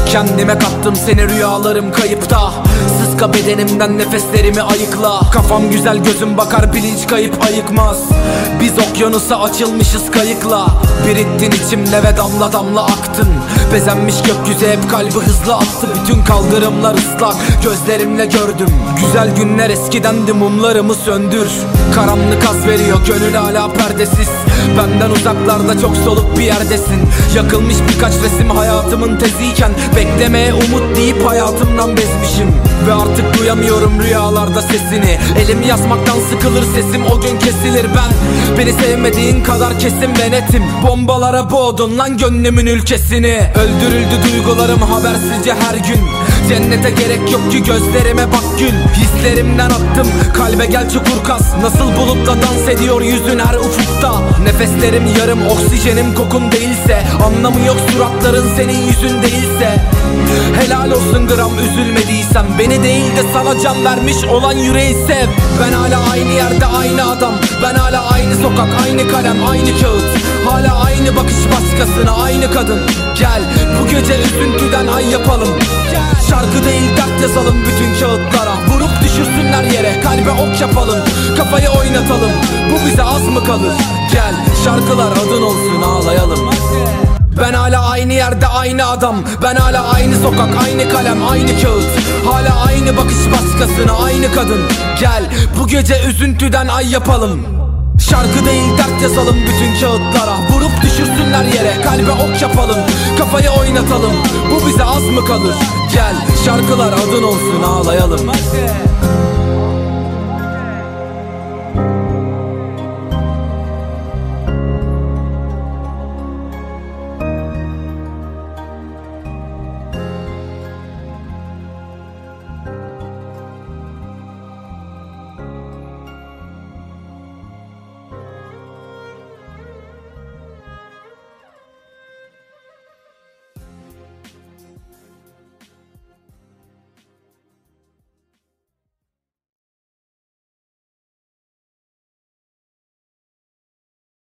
Kendime kattım seni, rüyalarım kayıpta. Sıska bedenimden nefeslerimi ayıkla. Kafam güzel, gözüm bakar, bilinç kayıp ayıkmaz. Biz okyanusa açılmışız kayıkla. Biriktin içimde ve damla damla aktın. Bezenmiş gökyüzü hep kalbi hızlı attı. Bütün kaldırımlar ıslak, gözlerimle gördüm. Güzel günler eskidendi, mumlarımı söndür. Karanlık az veriyor, gönül hala perdesiz. Benden uzaklarda çok soluk bir yerdesin. Yakılmış birkaç resim hayatımın teziyken, beklemeye umut deyip hayatımdan bezmişim. Ve artık duyamıyorum rüyalarda sesini. Elim yazmaktan sıkılır, sesim o gün kesilir. Beni sevmediğin kadar kesin ve netim. Bombalara boğdun lan gönlümün ülkesini. Öldürüldü duygularım habersizce her gün. Cennete gerek yok ki gözlerime bak gül. Hislerimden attım kalbe, gel çukur kaz. Nasıl bulutla dans ediyor yüzün her ufukta. Nefeslerim yarım, oksijenim kokun değilse. Anlamı yok suratların senin yüzün değilse. Helal olsun gram üzülmediysen. Beni değil de sana can vermiş olan yüreği sev. Ben hala aynı yerde aynı adam. Ben hala aynı sokak, aynı kalem, aynı kağıt. Hala aynı bakış başkasına, aynı kadın. Gel bu gece üzüntüden ay yapalım. Şarkı değil dert yazalım bütün kağıtlara. Vurup düşürsünler yere, kalbe ok yapalım. Kafayı oynatalım, bu bize az mı kalır? Gel şarkılar adın olsun, ağlayalım. Ben hala aynı yerde aynı adam. Ben hala aynı sokak, aynı kalem, aynı kağıt. Hala aynı bakış başkasına, aynı kadın. Gel bu gece üzüntüden ay yapalım. Şarkı değil dert yazalım bütün kağıtlara. Vurup düşürsünler yere, kalbe ok yapalım. Kafayı oynatalım, bu bize az mı kalır? Gel şarkılar adın olsun, ağlayalım.